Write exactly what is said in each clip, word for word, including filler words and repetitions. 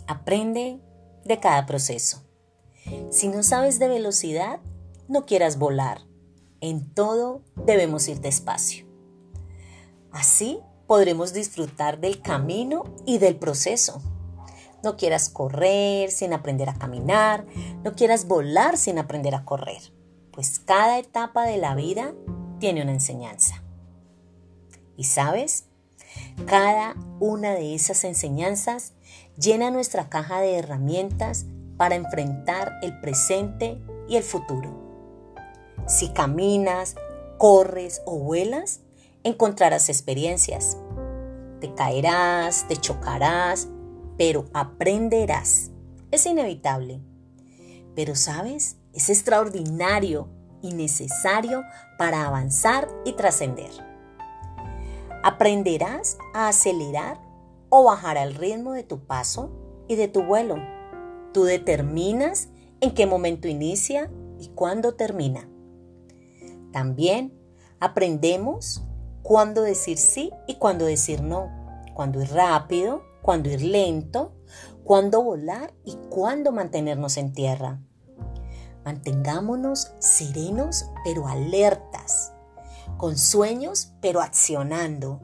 Aprende de cada proceso. Si no sabes de velocidad, no quieras volar. En todo debemos ir despacio. Así podremos disfrutar del camino y del proceso. No quieras correr sin aprender a caminar, no quieras volar sin aprender a correr, pues cada etapa de la vida tiene una enseñanza. ¿Y sabes? Cada una de esas enseñanzas llena nuestra caja de herramientas para enfrentar el presente y el futuro. Si caminas, corres o vuelas, encontrarás experiencias. Te caerás, te chocarás, pero aprenderás. Es inevitable. Pero, ¿sabes? Es extraordinario y necesario para avanzar y trascender. Aprenderás a acelerar o bajar el ritmo de tu paso y de tu vuelo. Tú determinas en qué momento inicia y cuándo termina. También aprendemos cuándo decir sí y cuándo decir no, cuándo ir rápido, cuándo ir lento, cuándo volar y cuándo mantenernos en tierra. Mantengámonos serenos pero alertas, con sueños pero accionando,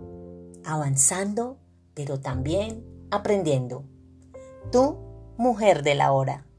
avanzando pero también aprendiendo. Tú, mujer de la hora.